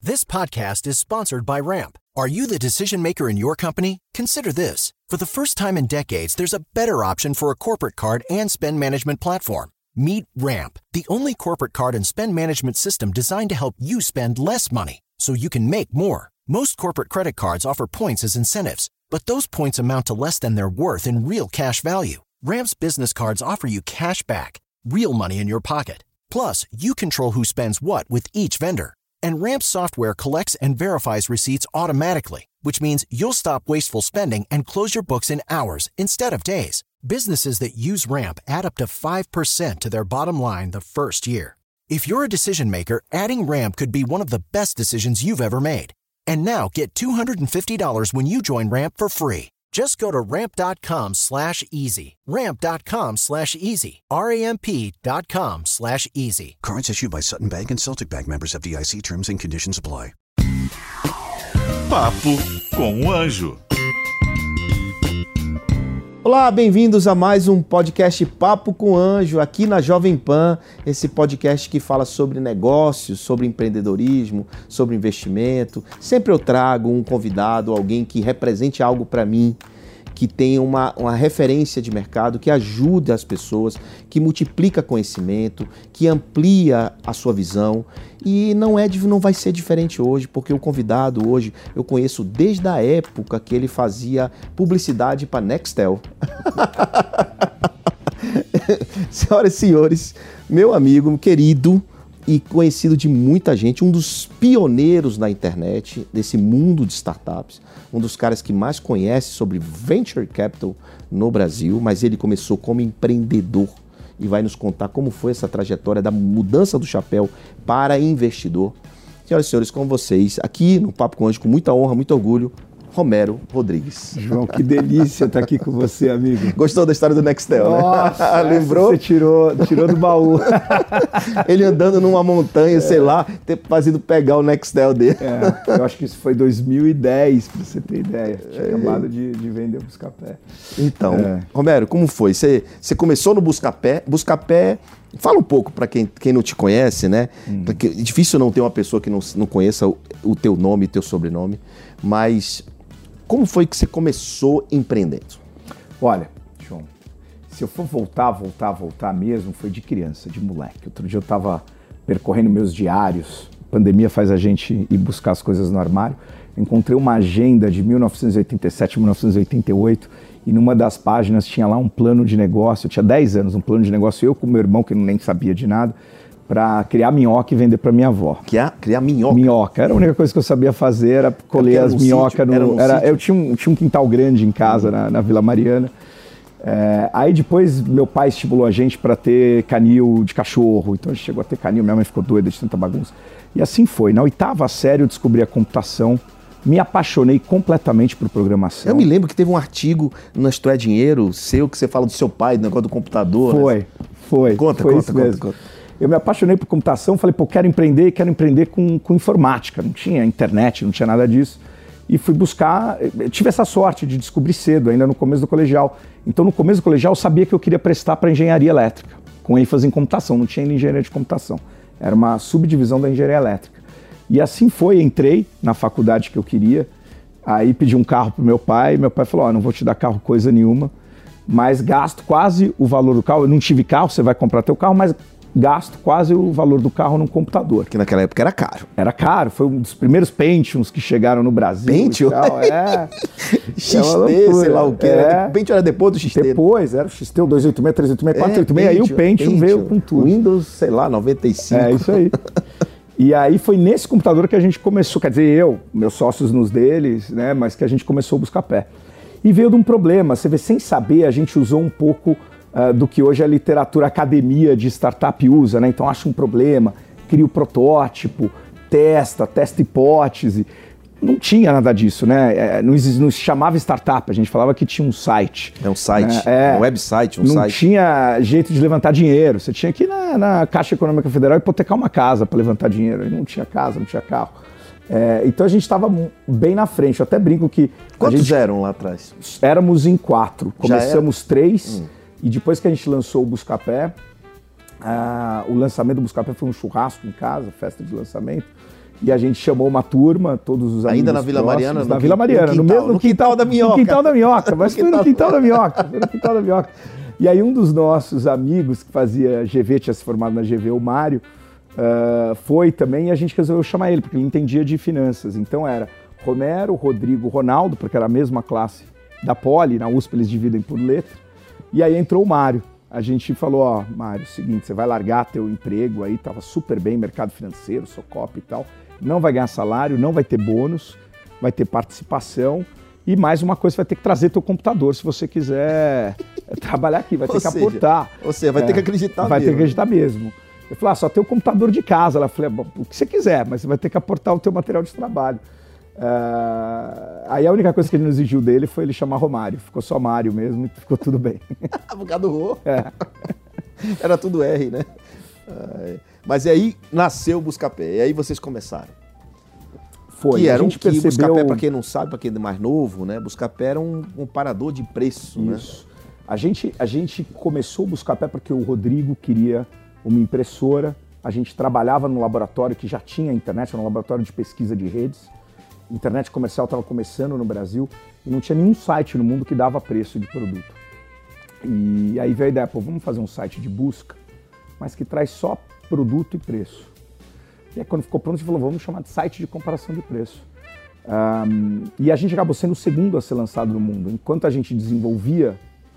This podcast is sponsored by Ramp. Are you the decision maker in your company? Consider this. For the first time in decades, there's a better option for a corporate card and spend management platform. Meet Ramp, the only corporate card and spend management system designed to help you spend less money so you can make more. Most corporate credit cards offer points as incentives, but those points amount to less than their worth in real cash value. Ramp's business cards offer you cash back, real money in your pocket. Plus, you control who spends what with each vendor. And Ramp's software collects and verifies receipts automatically, which means you'll stop wasteful spending and close your books in hours instead of days. Businesses that use Ramp add up to 5% to their bottom line the first year. If you're a decision maker, adding Ramp could be one of the best decisions you've ever made. And now get $250 when you join Ramp for free. Just go to ramp.com/easy. Ramp.com/easy. RAMP.com/easy. Cards issued by Sutton Bank and Celtic Bank, members FDIC. Terms and conditions apply. Papo com o Anjo. Olá, bem-vindos a mais um podcast Papo com o Anjo, aqui na Jovem Pan, esse podcast que fala sobre negócios, sobre empreendedorismo, sobre investimento. Sempre eu trago um convidado, alguém que represente algo para mim, que tenha uma referência de mercado, que ajude as pessoas, que multiplica conhecimento, que amplia a sua visão. E não vai ser diferente hoje, porque o convidado hoje eu conheço desde a época que ele fazia publicidade para Nextel. Senhoras e senhores, meu amigo, querido e conhecido de muita gente, um dos pioneiros na internet, desse mundo de startups, um dos caras que mais conhece sobre Venture Capital no Brasil, mas ele começou como empreendedor e vai nos contar como foi essa trajetória da mudança do chapéu para investidor. Senhoras e senhores, com vocês, aqui no Papo com o Anjo, com muita honra, muito orgulho, Romero Rodrigues. João, que delícia estar aqui com você, amigo. Gostou da história do Nextel, Nossa, né? Lembrou? Você tirou do baú. Ele andando numa montanha, sei lá, ter fazendo pegar o Nextel dele. Eu acho que isso foi 2010, para você ter ideia. Tinha acabado de vender o Buscapé. Então, Romero, como foi? Você começou no Buscapé. Buscapé, fala um pouco para quem não te conhece, né? Porque é difícil não ter uma pessoa que não conheça o teu nome e teu sobrenome, mas como foi que você começou empreendendo? Olha, João, se eu for voltar mesmo, foi de criança, de moleque. Outro dia eu estava percorrendo meus diários, a pandemia faz a gente ir buscar as coisas no armário, encontrei uma agenda de 1987, 1988, e numa das páginas tinha lá um plano de negócio, eu tinha 10 anos, um plano de negócio, eu com meu irmão, que nem sabia de nada, para criar minhoca e vender para minha avó. Criar minhoca? Minhoca. Era a única coisa que eu sabia fazer, era colher as minhocas. Eu tinha um quintal grande em casa, na Vila Mariana. Aí depois meu pai estimulou a gente para ter canil de cachorro, então a gente chegou a ter canil, minha mãe ficou doida de tanta bagunça. E assim foi. Na 8ª série eu descobri a computação, me apaixonei completamente por programação. Eu me lembro que teve um artigo no Isto é Dinheiro seu, que você fala do seu pai, do negócio do computador. Foi. Conta. Eu me apaixonei por computação, falei, quero empreender com informática. Não tinha internet, não tinha nada disso. E fui buscar, eu tive essa sorte de descobrir cedo, ainda no começo do colegial. Então no começo do colegial eu sabia que eu queria prestar para engenharia elétrica, com ênfase em computação, não tinha ainda engenharia de computação. Era uma subdivisão da engenharia elétrica. E assim foi, entrei na faculdade que eu queria, aí pedi um carro pro meu pai falou, não vou te dar carro coisa nenhuma, mas gasto quase o valor do carro, eu não tive carro, você vai comprar teu carro, mas gasto quase o valor do carro num computador. Que naquela época era caro. Era caro, foi um dos primeiros Pentiums que chegaram no Brasil. Pentium? XT, sei lá o que. Pentium era depois do XT? Depois, era o XT, o 286, 386, 486, aí o Pentium veio com tudo. Windows, sei lá, 95. Isso aí. E aí foi nesse computador que a gente começou, quer dizer, meus sócios nos deles, né, mas que a gente começou a buscar pé. E veio de um problema, você vê, sem saber, a gente usou um pouco do que hoje a literatura academia de startup usa, né? Então acha um problema, cria o protótipo, testa hipótese. Não tinha nada disso, né? Não se chamava startup, a gente falava que tinha um site. Um site, um website, não tinha jeito de levantar dinheiro. Você tinha que ir na Caixa Econômica Federal hipotecar uma casa para levantar dinheiro. E não tinha casa, não tinha carro. Então a gente estava bem na frente. Eu até brinco que... Quantos eram lá atrás? Éramos em 4. Começamos 3 e depois que a gente lançou o Buscapé, o lançamento do Buscapé foi um churrasco em casa, festa de lançamento. E a gente chamou uma turma, todos os amigos ainda na Vila próximos, Mariana? Na Vila Mariana, no quintal da Minhoca. No quintal da Minhoca, mas foi no quintal da Minhoca. Foi no quintal da Minhoca. E aí um dos nossos amigos que fazia GV, tinha se formado na GV, o Mário, foi também e a gente resolveu chamar ele, porque ele entendia de finanças. Então era Romero, Rodrigo, Ronaldo, porque era a mesma classe da Poli, na USP eles dividem por letra. E aí entrou o Mário. A gente falou, ó, Mário, seguinte, você vai largar teu emprego aí, tava super bem, mercado financeiro, Socop e tal, não vai ganhar salário, não vai ter bônus, vai ter participação e mais uma coisa, você vai ter que trazer teu computador se você quiser trabalhar aqui, vai ter que aportar. Ou seja, vai ter que acreditar mesmo. Vai ter que acreditar mesmo. Eu falei, só tem o computador de casa. Ela falou, o que você quiser, mas você vai ter que aportar o teu material de trabalho. Aí a única coisa que ele nos exigiu dele foi ele chamar Romário. Ficou só Mário mesmo e ficou tudo bem. Por causa do Rô. Era tudo R, né? Mas aí nasceu o Buscapé. E aí vocês começaram. Foi. Que era a gente percebeu... Buscapé, para quem não sabe, para quem é mais novo, né? Buscapé era um parador de preço, Isso. Né? A gente começou o Buscapé porque o Rodrigo queria uma impressora. A gente trabalhava no laboratório que já tinha internet, era um laboratório de pesquisa de redes. Internet comercial estava começando no Brasil e não tinha nenhum site no mundo que dava preço de produto. E aí veio a ideia, pô, vamos fazer um site de busca, mas que traz só produto e preço. E aí quando ficou pronto, a gente falou, vamos chamar de site de comparação de preço. E a gente acabou sendo o segundo a ser lançado no mundo. Enquanto a gente desenvolvia,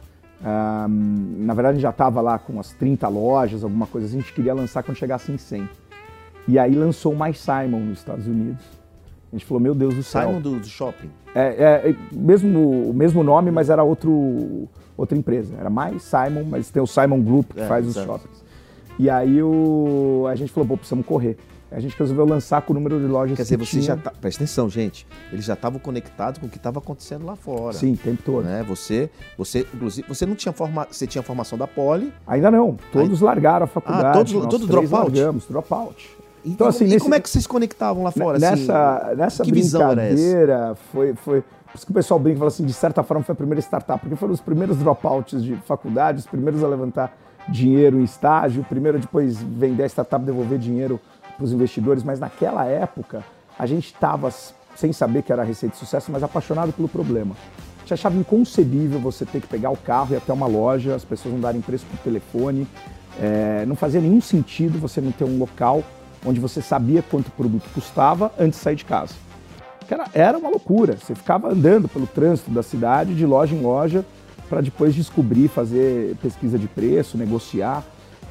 na verdade a gente já estava lá com as 30 lojas, alguma coisa assim, a gente queria lançar quando chegasse em 100. E aí lançou o My Simon nos Estados Unidos. A gente falou, meu Deus do céu. Simon do shopping? O mesmo nome, mas era outra empresa. Era My Simon, mas tem o Simon Group que faz os shoppings. E aí a gente falou, pô, precisamos correr. A gente resolveu lançar com o número de lojas. Quer dizer, você já tá, presta atenção, gente, eles já estavam conectados com o que estava acontecendo lá fora. Sim, o tempo todo. Né? Você, inclusive, você não tinha você tinha formação da Poli. Ainda não, todos largaram a faculdade. Todos dropout? Largamos, dropout. Então, assim, como é que vocês conectavam lá fora? Nessa que visão era essa? Brincadeira, foi... Por isso que o pessoal brinca e fala assim, de certa forma foi a primeira startup, porque foram os primeiros dropouts de faculdade, os primeiros a levantar dinheiro em estágio, o primeiro a depois vender a startup, devolver dinheiro para os investidores, mas naquela época a gente estava, sem saber que era a receita de sucesso, mas apaixonado pelo problema. A gente achava inconcebível você ter que pegar o carro e ir até uma loja, as pessoas não darem preço por telefone, não fazia nenhum sentido você não ter um local onde você sabia quanto o produto custava antes de sair de casa. Era uma loucura, você ficava andando pelo trânsito da cidade, de loja em loja, para depois descobrir, fazer pesquisa de preço, negociar.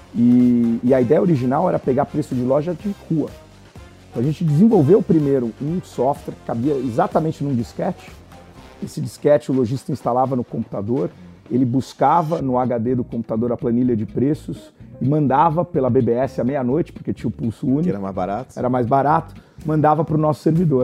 E a ideia original era pegar preço de loja de rua. Então a gente desenvolveu primeiro um software que cabia exatamente num disquete. Esse disquete o lojista instalava no computador, ele buscava no HD do computador a planilha de preços e mandava pela BBS à meia-noite, porque tinha o pulso único. Que era mais barato. Era mais barato, mandava para o nosso servidor.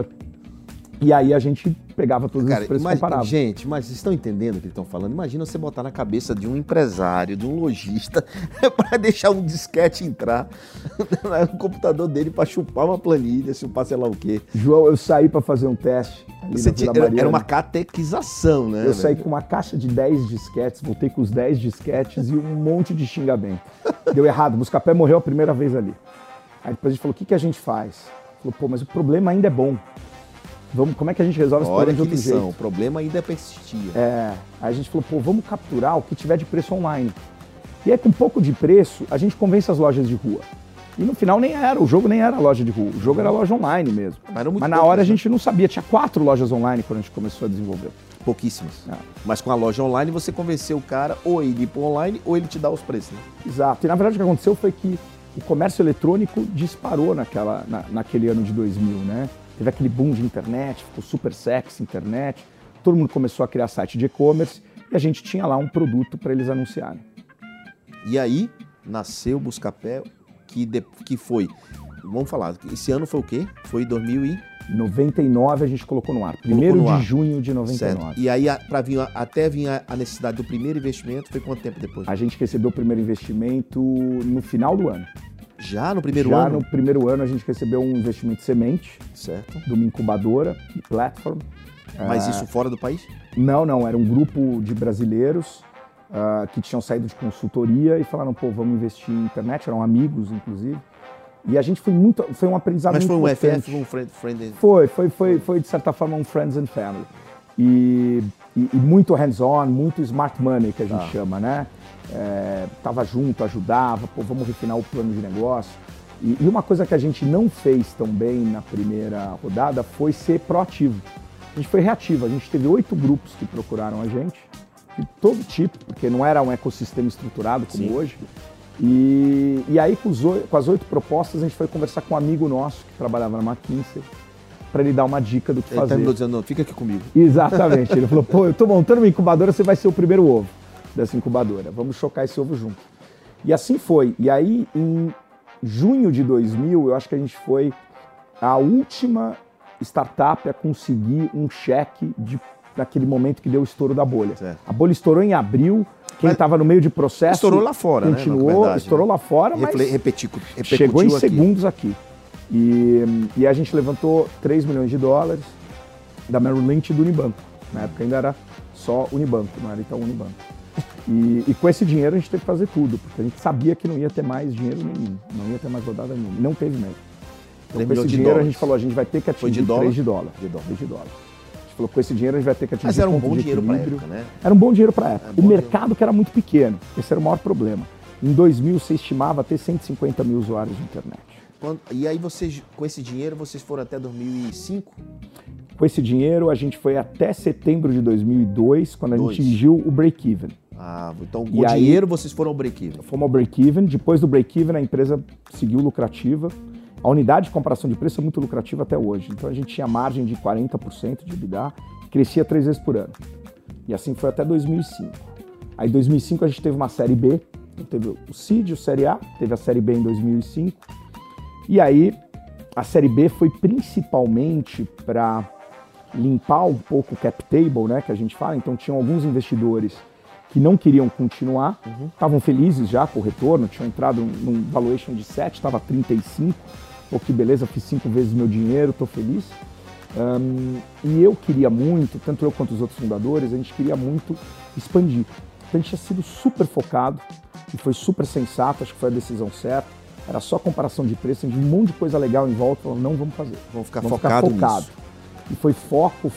E aí a gente pegava todos os preços e comparava. Gente, mas vocês estão entendendo o que eles estão falando? Imagina você botar na cabeça de um empresário, de um lojista, para deixar um disquete entrar no computador dele para chupar uma planilha, chupar sei lá o quê. João, eu saí para fazer um teste. Era uma catequização, né? Eu saí com uma caixa de 10 disquetes, voltei com os 10 disquetes e um monte de xingamento. Deu errado, o Buscapé morreu a primeira vez ali. Aí depois a gente falou, o que a gente faz? Falou, pô, mas o problema ainda é bom. Como é que a gente resolve esse problema de outro jeito? O problema ainda persistia. Aí a gente falou, pô, vamos capturar o que tiver de preço online. E aí com pouco de preço, a gente convence as lojas de rua. E no final o jogo nem era loja de rua, o jogo era loja online mesmo. Mas na hora a gente não sabia, tinha 4 lojas online quando a gente começou a desenvolver. Pouquíssimas. Mas com a loja online você convenceu o cara ou ele ir para online ou ele te dá os preços, né? Exato. E na verdade o que aconteceu foi que o comércio eletrônico disparou naquele ano de 2000, né? Teve aquele boom de internet, ficou super sexy internet, todo mundo começou a criar site de e-commerce e a gente tinha lá um produto para eles anunciarem. E aí nasceu o Buscapé, que foi, vamos falar, esse ano foi o quê? Foi 99 a gente colocou no ar, 1º de junho de 99. Certo. E aí até vir a necessidade do primeiro investimento, foi quanto tempo depois? A gente recebeu o primeiro investimento no final do ano. Já no primeiro ano? Já no primeiro ano a gente recebeu um investimento semente, certo, de uma incubadora e platform. Mas isso fora do país? Não, era um grupo de brasileiros que tinham saído de consultoria e falaram, pô, vamos investir em internet, eram amigos inclusive, E a gente foi um aprendizado muito importante. Mas foi um FF, friend... Foi de certa forma um friends and family. E muito hands-on, muito smart money, que a gente chama, né? Tava junto, ajudava, vamos refinar o plano de negócio. E uma coisa que a gente não fez tão bem na primeira rodada foi ser proativo. A gente foi reativo, a gente teve 8 grupos que procuraram a gente, de todo tipo, porque não era um ecossistema estruturado como hoje. E aí, com as 8 propostas, a gente foi conversar com um amigo nosso que trabalhava na McKinsey, para ele dar uma dica do que fazer. Ele terminou dizendo, não, fica aqui comigo. Exatamente. Ele falou, pô, eu tô montando uma incubadora, você vai ser o primeiro ovo dessa incubadora. Vamos chocar esse ovo junto. E assim foi. E aí, em junho de 2000, eu acho que a gente foi a última startup a conseguir um cheque naquele momento que deu o estouro da bolha. Certo. A bolha estourou em abril, quem estava no meio de processo... Estourou lá fora, continuou, né? Verdade, estourou lá fora, mas repercutiu chegou em aqui. segundos aqui. E a gente levantou $3 milhões da Merrill Lynch e do Unibanco. Na época ainda era só Unibanco, não era Itaú Unibanco. E com esse dinheiro a gente teve que fazer tudo, porque a gente sabia que não ia ter mais dinheiro nenhum, não ia ter mais rodada nenhuma, não teve mesmo. Então com esse dinheiro a gente falou, a gente vai ter que atingir 3 de dólar. A gente falou, com esse dinheiro a gente vai ter que atingir. Mas era um bom dinheiro para a época, né? Era um bom dinheiro para a época. O mercado que era muito pequeno, esse era o maior problema. Em 2000 você estimava ter 150 mil usuários de internet. E aí vocês, com esse dinheiro, vocês foram até 2005? Com esse dinheiro, a gente foi até setembro de 2002, quando a gente atingiu o break-even. Então com o dinheiro vocês foram ao break-even? Fomos ao break-even. Depois do break-even, a empresa seguiu lucrativa. A unidade de comparação de preço é muito lucrativa até hoje. Então a gente tinha margem de 40% de EBITDA, crescia 3 vezes por ano. E assim foi até 2005. Aí em 2005 a gente teve uma série B, teve o Seed, o Série A, teve a série B em 2005. E aí, a Série B foi principalmente para limpar um pouco o cap table, né, que a gente fala. Então, tinham alguns investidores que não queriam continuar, estavam felizes já com o retorno, tinham entrado num valuation de 7, estava 35. Pô, que beleza, fiz 5 vezes meu dinheiro, estou feliz. E eu queria muito, tanto eu quanto os outros fundadores, a gente queria muito expandir. Então, a gente tinha sido super focado e foi super sensato, acho que foi a decisão certa. Era só comparação de preço, a gente viu um monte de coisa legal em volta, falando, não vamos fazer. Vamos ficar focado nisso. E foi foco.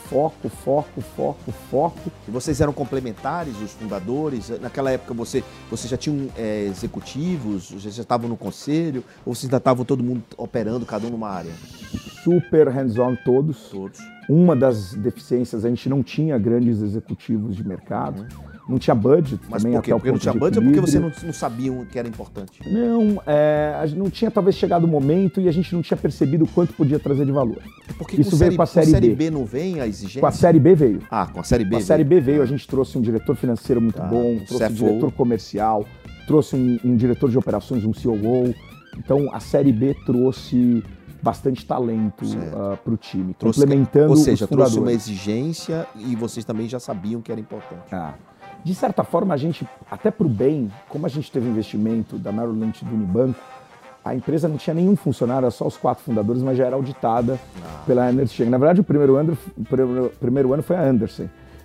E vocês eram complementares, os fundadores? Naquela época vocês já tinham executivos, já estavam no conselho? Ou vocês ainda estavam todo mundo operando, cada um numa área? Super hands-on todos. Uma das deficiências, a gente não tinha grandes executivos de mercado. Não tinha budget. Mas também, por quê? Porque não tinha budget ou porque você não sabia que era importante? Não, a gente não tinha talvez chegado o momento e a gente não tinha percebido o quanto podia trazer de valor. Porque isso veio com a Série B não vem a exigência? Com a Série B veio. Com a Série B veio. Com a Série B veio, a gente trouxe um diretor financeiro muito bom, trouxe um diretor comercial, trouxe um diretor de operações, um COO. Então a Série B trouxe bastante talento para o time, complementando os fundadores. Ou seja, trouxe uma exigência e vocês também já sabiam que era importante. De certa forma, a gente, até para o bem, como a gente teve investimento da Merrill Lynch e do Unibanco, a empresa não tinha nenhum funcionário, era só os 4 fundadores, mas já era auditada pela Ernst Young. Na verdade, o primeiro ano foi a Andersen.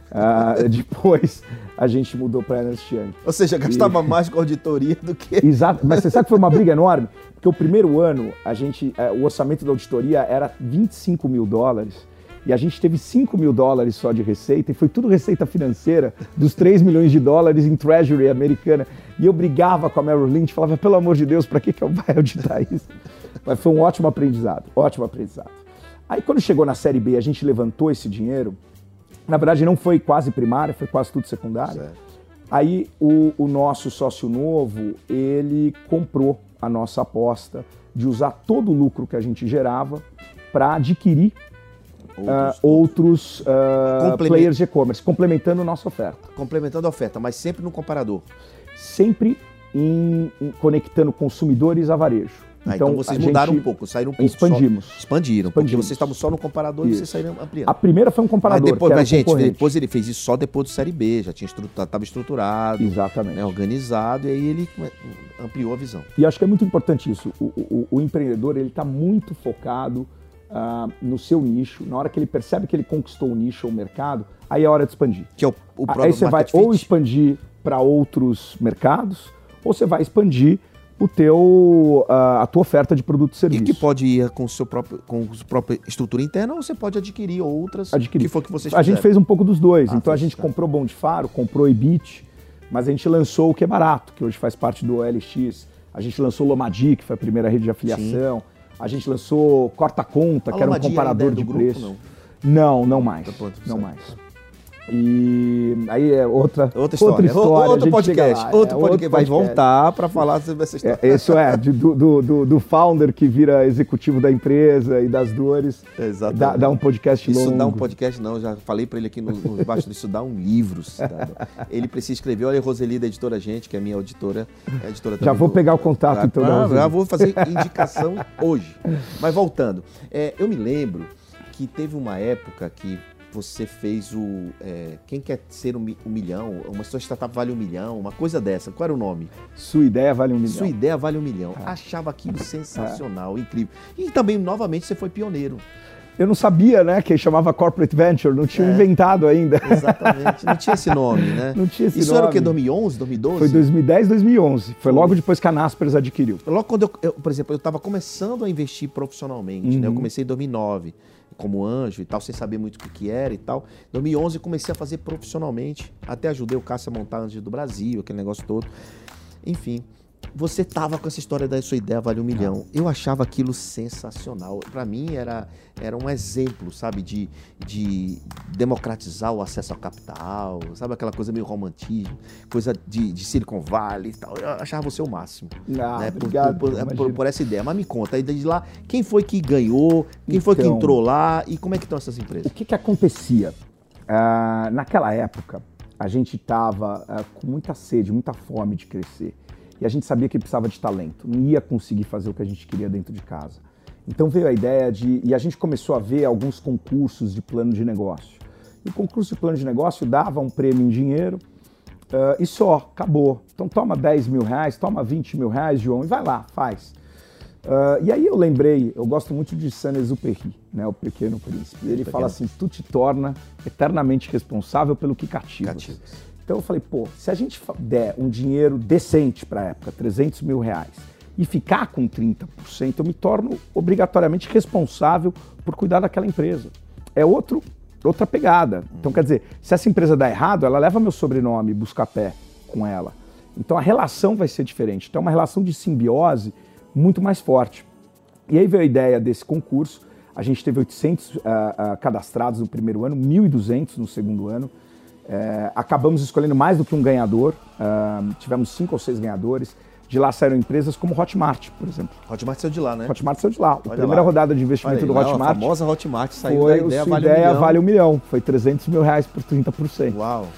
Depois a gente mudou para a Ernst Young. Ou seja, gastava mais com auditoria do que... Exato, mas você sabe que foi uma briga enorme? Porque o primeiro ano, o orçamento da auditoria era $25 mil, e a gente teve $5 mil só de receita, e foi tudo receita financeira dos $3 milhões em Treasury americana. E eu brigava com a Merrill Lynch, falava, pelo amor de Deus, para que eu vai auditar isso? Mas foi um ótimo aprendizado. Aí quando chegou na Série B, a gente levantou esse dinheiro, na verdade não foi quase primária, foi quase tudo secundário. Certo. Aí o nosso sócio novo, ele comprou a nossa aposta de usar todo o lucro que a gente gerava para adquirir outros players de e-commerce, complementando a nossa oferta. Complementando a oferta, mas sempre no comparador. Sempre conectando consumidores a varejo. Então vocês mudaram um pouco, saíram um pouco. Expandiram, porque vocês estavam só no comparador e vocês saíram ampliando. A primeira foi um comparador. Mas depois ele fez isso só depois do Série B, já estava estruturado, exatamente, né, organizado, e aí ele ampliou a visão. E acho que é muito importante isso. O empreendedor ele está muito focado no seu nicho. Na hora que ele percebe que ele conquistou o nicho ou o mercado, aí é hora de expandir. Que é o aí você vai ou expandir para outros mercados, ou você vai expandir a tua oferta de produto e serviço. E que pode ir com a própria estrutura interna ou você pode adquirir outras que foi que vocês fizeram. A gente fez um pouco dos dois. Então a gente comprou Bom de Faro, comprou Ebit, mas a gente lançou o Que é Barato, que hoje faz parte do OLX. A gente lançou Lomadi, que foi a primeira rede de afiliação. Sim. A gente lançou Corta Conta, que era um comparador de preço. Não mais. Não mais. E aí é outra história. Outro podcast. Outro podcast. Vai voltar para falar sobre essa história. Isso do founder que vira executivo da empresa e das dores. Exatamente. Dá um podcast longo. Isso dá um podcast não, já falei para ele aqui no baixo disso, dá um livro. Ele precisa escrever. Olha a Roseli da Editora Gente, que é a minha editora. É a editora já vou pegar o contato então. Já vou fazer indicação hoje. Mas voltando, eu me lembro que teve uma época que você fez Quem Quer Ser um Milhão, uma sua startup vale 1 milhão, uma coisa dessa. Qual era o nome? Sua Ideia Vale 1 Milhão. Sua Ideia Vale 1 Milhão. Achava aquilo sensacional, incrível. E também, novamente, você foi pioneiro. Eu não sabia, né, que chamava Corporate Venture, não tinha inventado ainda. Exatamente, não tinha esse nome, né? Não tinha esse nome. Isso era o quê, 2011, 2012? Foi 2010, 2011. Foi logo depois que a Naspers adquiriu. Logo quando por exemplo, eu estava começando a investir profissionalmente, né? Eu comecei em 2009 como anjo e tal, sem saber muito o que era e tal. Em 2011 eu comecei a fazer profissionalmente, até ajudei o Cássio a montar Anjo do Brasil, aquele negócio todo. Enfim, você tava com essa história da Sua Ideia Vale 1 Milhão. Eu achava aquilo sensacional. Para mim era um exemplo, sabe, de democratizar o acesso ao capital, sabe, aquela coisa meio romantismo, coisa de Silicon Valley e tal. Eu achava você o máximo. Né, obrigado. Por essa ideia. Mas me conta, aí desde lá, quem foi que ganhou, quem foi que entrou lá e como é que estão essas empresas? O que acontecia? Naquela época, a gente estava com muita sede, muita fome de crescer. E a gente sabia que precisava de talento, não ia conseguir fazer o que a gente queria dentro de casa. Então veio a ideia e a gente começou a ver alguns concursos de plano de negócio. E o concurso de plano de negócio dava um prêmio em dinheiro e só, acabou. Então toma 10 mil reais, toma 20 mil reais, João, e vai lá, faz. E aí eu lembrei, eu gosto muito de Saint-Exupéry, né, o Pequeno Príncipe. Ele fala assim, tu te torna eternamente responsável pelo que cativas. Então eu falei, se a gente der um dinheiro decente para a época, 300 mil reais, e ficar com 30%, eu me torno obrigatoriamente responsável por cuidar daquela empresa. É outra pegada. Então quer dizer, se essa empresa dá errado, ela leva meu sobrenome, Buscapé com ela. Então a relação vai ser diferente. Então é uma relação de simbiose muito mais forte. E aí veio a ideia desse concurso. A gente teve 800 cadastrados no primeiro ano, 1.200 no segundo ano. Acabamos escolhendo mais do que um ganhador, tivemos 5 ou 6 ganhadores. De lá saíram empresas como Hotmart, por exemplo. Hotmart saiu de lá, né? Hotmart saiu de lá. A primeira rodada de investimento do Hotmart. A famosa Hotmart saiu da Ideia Vale 1 Milhão. Foi 300 mil reais por 30%. Uau!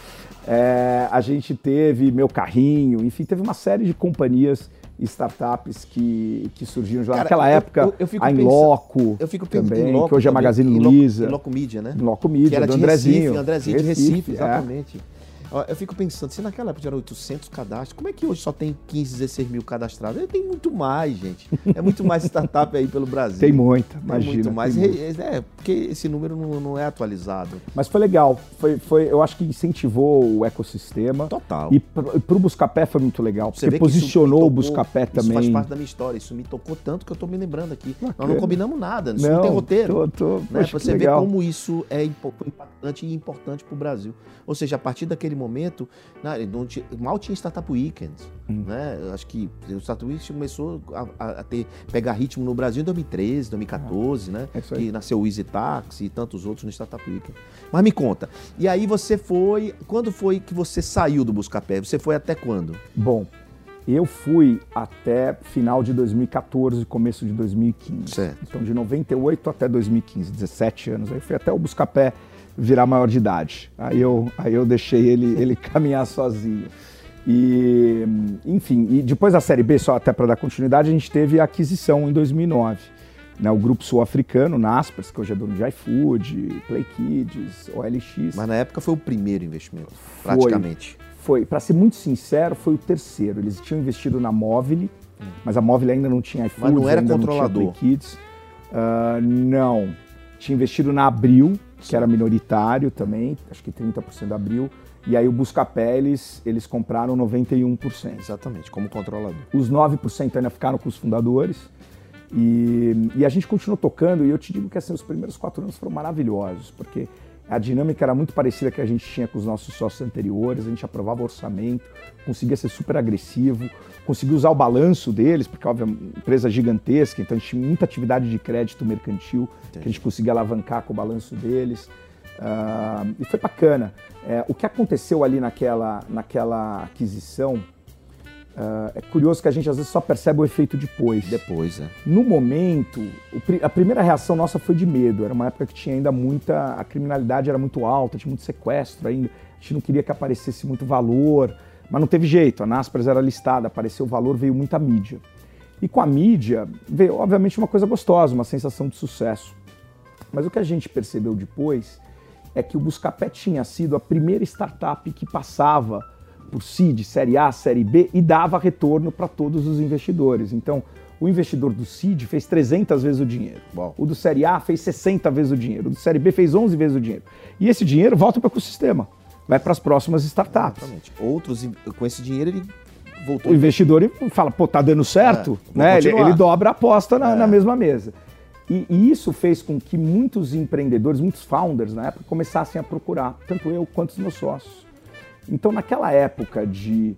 A gente teve Meu Carrinho, enfim, teve uma série de companhias e startups que surgiram já naquela época. A Inloco também, que hoje é a Magazine Luiza. Inloco Mídia, né? Inloco Mídia, que era do de Andrezinho. Andrezinho de Recife, exatamente. Eu fico pensando, se naquela época eram 800 cadastros, como é que hoje só tem 15, 16 mil cadastrados? Tem muito mais, gente. É muito mais startup aí pelo Brasil. Tem muita, imagina. Muito mais. Porque esse número não é atualizado. Mas foi legal. Eu acho que incentivou o ecossistema. Total. E pro Buscapé foi muito legal, porque posicionou o Buscapé também. Isso faz parte da minha história. Isso me tocou tanto que eu tô me lembrando aqui. Bacana. Nós não combinamos nada, isso não tem roteiro. Né? Pra você ver como isso é impactante e importante pro Brasil. Ou seja, a partir daquele momento, mal tinha Startup Weekends, né? Acho que o Startup Weekend começou a pegar ritmo no Brasil em 2013, 2014, né? Que nasceu o Easy Taxi e tantos outros no Startup Weekend. Mas me conta, e aí você foi, quando foi que você saiu do Buscapé? Você foi até quando? Bom, eu fui até final de 2014, começo de 2015. Certo. Então de 98 até 2015, 17 anos. Aí fui até o Buscapé virar maior de idade. Aí eu deixei ele caminhar sozinho. E, enfim, e depois da Série B, só até para dar continuidade, a gente teve a aquisição em 2009. Né, o grupo sul-africano, Naspers, que hoje é dono de iFood, Play Kids, OLX. Mas na época foi o primeiro investimento, praticamente. Foi, para ser muito sincero, foi o terceiro. Eles tinham investido na Móvil, mas a Móvil ainda não tinha iFood, mas não era ainda controlador. Não tinha Play Kids. Não. Tinha investido na Abril, que era minoritário também, acho que 30% da Abril, E aí o Buscapé, eles compraram 91%. Exatamente, como controlador. Os 9% ainda ficaram com os fundadores. E a gente continuou tocando, e eu te digo que assim, os primeiros 4 anos foram maravilhosos, porque a dinâmica era muito parecida que a gente tinha com os nossos sócios anteriores, a gente aprovava o orçamento, conseguia ser super agressivo, conseguia usar o balanço deles, porque óbvio, é uma empresa gigantesca, então a gente tinha muita atividade de crédito mercantil, que a gente conseguia alavancar com o balanço deles. E foi bacana. O que aconteceu ali naquela aquisição, é curioso que a gente às vezes só percebe o efeito depois. Depois, é. No momento, a primeira reação nossa foi de medo. Era uma época que tinha ainda a criminalidade era muito alta, tinha muito sequestro ainda. A gente não queria que aparecesse muito valor, mas não teve jeito. A Naspers era listada, apareceu o valor, veio muita mídia. E com a mídia veio, obviamente, uma coisa gostosa, uma sensação de sucesso. Mas o que a gente percebeu depois é que o Buscapé tinha sido a primeira startup que passava por seed, série A, série B e dava retorno para todos os investidores. Então, o investidor do seed fez 300 vezes o dinheiro. Uau. O do série A fez 60 vezes o dinheiro. O do série B fez 11 vezes o dinheiro. E esse dinheiro volta para o ecossistema, vai para as próximas startups. Exatamente. Outros, com esse dinheiro, ele voltou. O investidor fala, pô, tá dando certo, né? Ele dobra a aposta na mesma mesa. E isso fez com que muitos empreendedores, muitos founders na época, começassem a procurar, tanto eu quanto os meus sócios. Então, naquela época de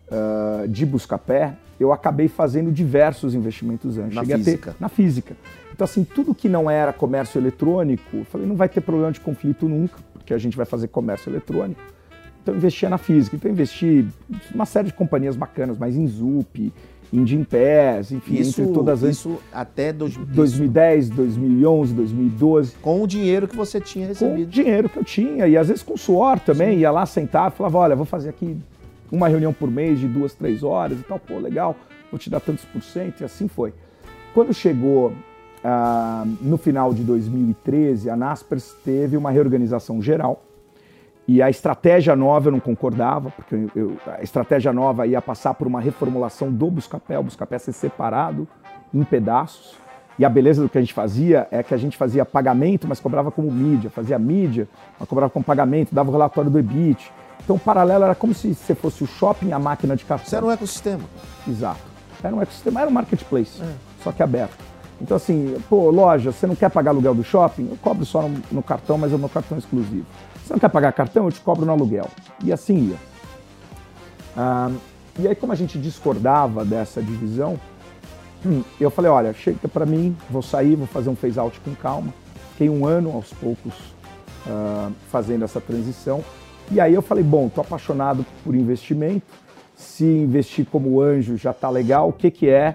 Buscapé, eu acabei fazendo diversos investimentos antes. Na Cheguei física. a ter na física. Então, assim, tudo que não era comércio eletrônico, eu falei, não vai ter problema de conflito nunca, porque a gente vai fazer comércio eletrônico. Então, eu investia na física. Então, eu investi em uma série de companhias bacanas, mas em Zup, em Gympass, enfim, entre todas as... Isso até 2010, 2011, 2012. Com o dinheiro que você tinha recebido. Com o dinheiro que eu tinha, e às vezes com suor também, ia lá sentar e falava, olha, vou fazer aqui uma reunião por mês de 2, 3 horas e tal, pô, legal, vou te dar tantos %, e assim foi. Quando chegou no final de 2013, a Naspers teve uma reorganização geral, e a estratégia nova eu não concordava, porque a estratégia nova ia passar por uma reformulação do Buscapé, o Buscapé ser separado em pedaços. E a beleza do que a gente fazia é que a gente fazia pagamento, mas cobrava como mídia. Fazia mídia, mas cobrava como pagamento, dava o relatório do EBIT. Então o paralelo era como se você fosse o shopping e a máquina de cartão. Isso era um ecossistema. Exato. Era um ecossistema, era um marketplace, só que aberto. Então assim, pô, loja, você não quer pagar aluguel do shopping? Eu cobro só no cartão, mas é o meu cartão exclusivo. Você não quer pagar cartão? Eu te cobro no aluguel. E assim ia. E aí, como a gente discordava dessa divisão, eu falei, olha, chega pra mim, vou sair, vou fazer um phase-out com calma. Fiquei 1 ano, aos poucos, fazendo essa transição. E aí eu falei, bom, tô apaixonado por investimento. Se investir como anjo já tá legal, o que é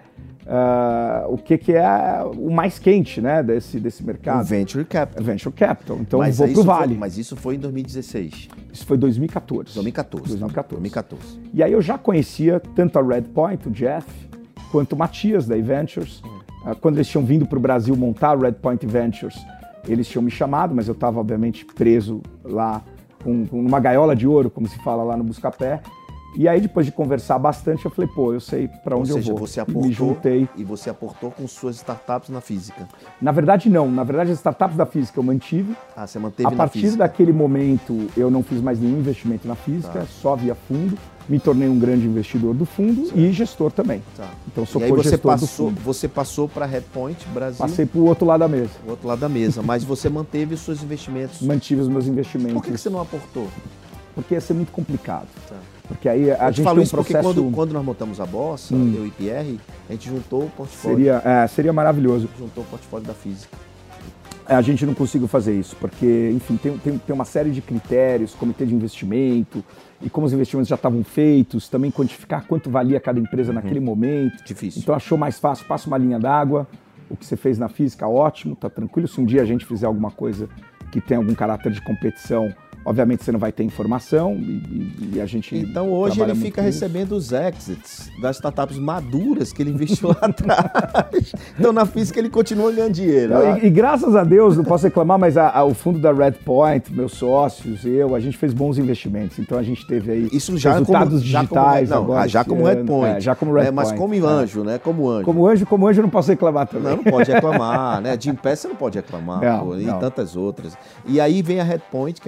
o mais quente, né, desse mercado? O Venture Capital. Venture Capital. Então eu vou pro Vale. Mas isso foi em 2016. Isso foi 2014. 2014. E aí eu já conhecia tanto a Redpoint, o Jeff, quanto o Matias da eVentures. Quando eles tinham vindo para o Brasil montar a Redpoint Ventures, eles tinham me chamado, mas eu estava obviamente preso lá com uma gaiola de ouro, como se fala lá no Buscapé. E aí, depois de conversar bastante, eu falei, pô, eu sei para onde eu vou. Você aportou, me juntei. E você aportou com suas startups na física? Na verdade, não. Na verdade, as startups da física eu mantive. Você manteve na física. A partir daquele momento, eu não fiz mais nenhum investimento na física, só via fundo. Me tornei um grande investidor do fundo e gestor também. Então, sou co-gestor do fundo. Você passou para a Redpoint Brasil? Passei para o outro lado da mesa. O outro lado da mesa, mas você manteve os seus investimentos? Mantive os meus investimentos. Por que você não aportou? Porque ia ser muito complicado. Porque aí a gente falo tem um isso processo... porque quando nós montamos a Bossa, eu e Pierre, a gente juntou o portfólio. Seria maravilhoso. Juntou o portfólio da física. A gente não conseguiu fazer isso, porque, enfim, tem uma série de critérios, comitê de investimento, e como os investimentos já estavam feitos, também quantificar quanto valia cada empresa naquele momento. Difícil. Então achou mais fácil, passa uma linha d'água, o que você fez na física, ótimo, tá tranquilo. Se um dia a gente fizer alguma coisa que tem algum caráter de competição, obviamente você não vai ter informação e a gente... Então hoje ele fica recebendo os exits das startups maduras que ele investiu lá atrás. Então na física ele continua ganhando dinheiro. E graças a Deus, não posso reclamar, mas o fundo da Redpoint, meus sócios, a gente fez bons investimentos. Então a gente teve aí resultados digitais. Já como Redpoint. Já como Redpoint. Mas como anjo, né? Como anjo. Como anjo eu não posso reclamar também. Não pode reclamar, né? Gympass você não pode reclamar, e tantas outras. E aí vem a Redpoint, que é um grande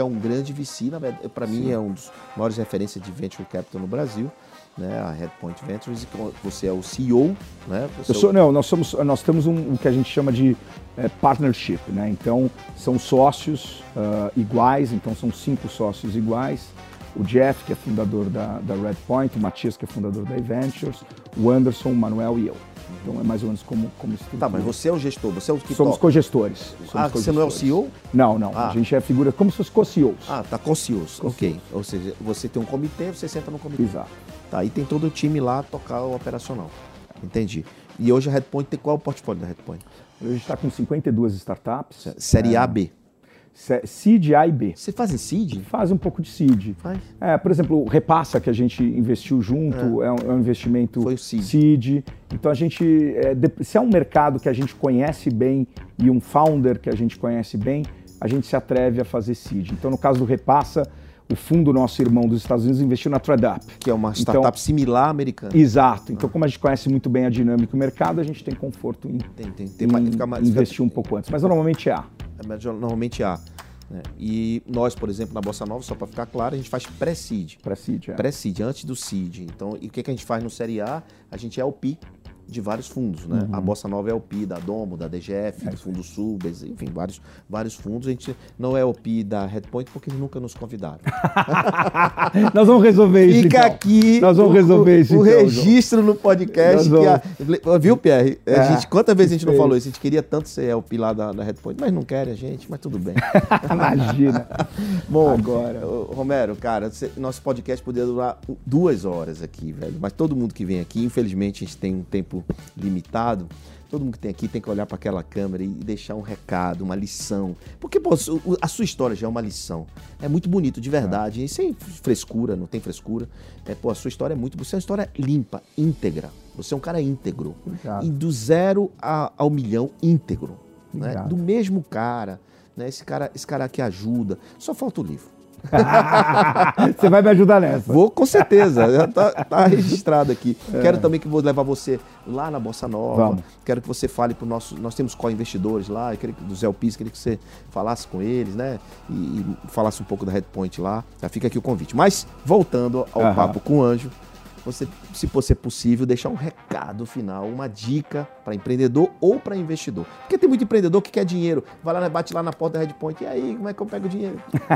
Redpoint VC, para mim, é um dos maiores referências de Venture Capital no Brasil, né? A Redpoint Ventures, você é o CEO, né? Nós temos o que a gente chama de partnership, né? Então, são sócios iguais, então são 5 sócios iguais. O Jeff, que é fundador da Redpoint, o Matias, que é fundador da eVentures, o Anderson, o Manuel e eu. Então é mais ou menos como estrutura. Tá, mas você é o gestor, você é o que Somos cogestores. Você não é o CEO? Não. A gente é figura como se fosse co-CEOs. Tá com CEOs, ok. Ou seja, você tem um comitê, você senta no comitê. Exato. Tá, e tem todo o time lá tocar o operacional. Entendi. E hoje a Redpoint tem qual é o portfólio da Redpoint? Hoje a gente está com 52 startups. Série A, B? Seed, A e B. Você faz em Seed? Faz um pouco de Seed. Faz? Por exemplo, o Repassa, que a gente investiu junto, é um investimento Foi o Seed. Seed. Então a gente, se é um mercado que a gente conhece bem e um founder que a gente conhece bem, a gente se atreve a fazer Seed. Então no caso do Repassa, o fundo nosso irmão dos Estados Unidos investiu na ThreadUp. Que é uma startup similar americana. Exato. Então como a gente conhece muito bem a dinâmica do mercado, a gente tem conforto em investir um pouco antes. Mas normalmente é A. Normalmente há. Né? E nós, por exemplo, na Bossa Nova, só para ficar claro, a gente faz pré-seed. Pré-seed, antes do seed. Então, e o que a gente faz no Série A? A gente é LP de vários fundos, né? A Bossa Nova é LP da Domo, da DGF, do Fundo Sul, enfim, vários fundos. A gente não é LP da Redpoint porque eles nunca nos convidaram. Nós vamos resolver isso. Fica então. Aqui Nós vamos resolver isso, o registro no podcast. Viu, Pierre? Quantas vezes a gente não falou isso? A gente queria tanto ser LP lá da Redpoint, mas não querem a gente, mas tudo bem. Imagina. Bom, agora, Romero, cara, nosso podcast poderia durar 2 horas aqui, velho. Mas todo mundo que vem aqui, infelizmente, a gente tem um tempo limitado. Todo mundo que tem aqui tem que olhar para aquela câmera e deixar um recado, uma lição. Porque, pô, a sua história já é uma lição. É muito bonito, de verdade. E sem frescura, não tem frescura. A sua história é muito... Você é uma história limpa, íntegra. Você é um cara íntegro. Obrigado. E do 0 ao milhão, íntegro. Né? Do mesmo cara. Né? Esse cara que ajuda. Só falta o livro. Você vai me ajudar nessa? Vou, com certeza. Já tá registrado aqui. Quero também que vou levar você lá na Bossa Nova. Vamos. Quero que você fale para o nosso... Nós temos co-investidores lá, dos LPs, queria que você falasse com eles, né? E falasse um pouco da Redpoint lá. Já fica aqui o convite. Mas, voltando ao Papo com o Anjo, se fosse possível, deixar um recado final, uma dica para empreendedor ou para investidor. Porque tem muito empreendedor que quer dinheiro, vai lá, bate lá na porta da Redpoint, e aí, como é que eu pego o dinheiro?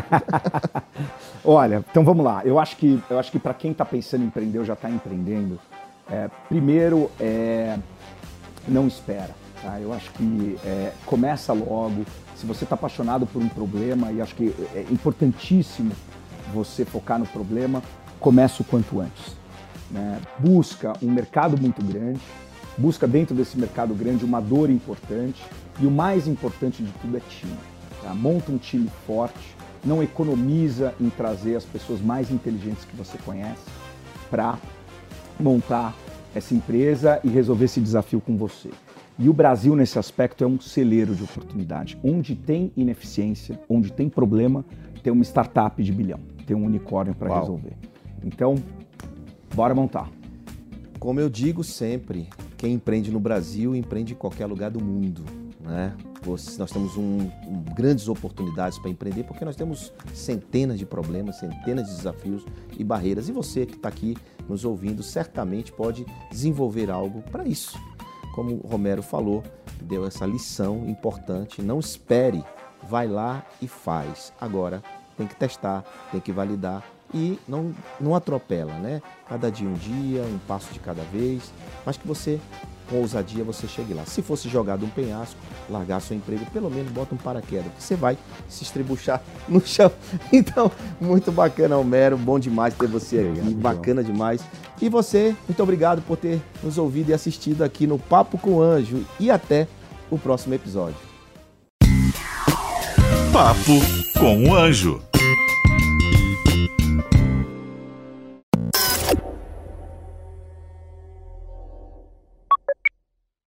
Olha, então vamos lá. Eu acho que para quem está pensando em empreender ou já está empreendendo, primeiro, não espera. Tá? Eu acho que começa logo. Se você está apaixonado por um problema, e acho que é importantíssimo você focar no problema, começa o quanto antes. Né? Busca um mercado muito grande, busca dentro desse mercado grande uma dor importante e o mais importante de tudo é time. Tá? Monta um time forte, não economiza em trazer as pessoas mais inteligentes que você conhece para montar essa empresa e resolver esse desafio com você. E o Brasil, nesse aspecto, é um celeiro de oportunidade. Onde tem ineficiência, onde tem problema, tem uma startup de bilhão, tem um unicórnio para resolver. Então, bora montar. Como eu digo sempre, quem empreende no Brasil, empreende em qualquer lugar do mundo, né? Nós temos grandes oportunidades para empreender porque nós temos centenas de problemas, centenas de desafios e barreiras. E você que está aqui nos ouvindo certamente pode desenvolver algo para isso. Como o Romero falou, deu essa lição importante, não espere, vai lá e faz. Agora tem que testar, tem que validar. E não atropela, né? Cada dia um dia, um passo de cada vez, mas que você, com ousadia, você chegue lá. Se fosse jogar de um penhasco, largar seu emprego, pelo menos bota um paraquedas, que você vai se estribuchar no chão. Então, muito bacana, Romero, bom demais ter você aqui, bacana demais. E você, muito obrigado por ter nos ouvido e assistido aqui no Papo com o Anjo e até o próximo episódio. Papo com o Anjo.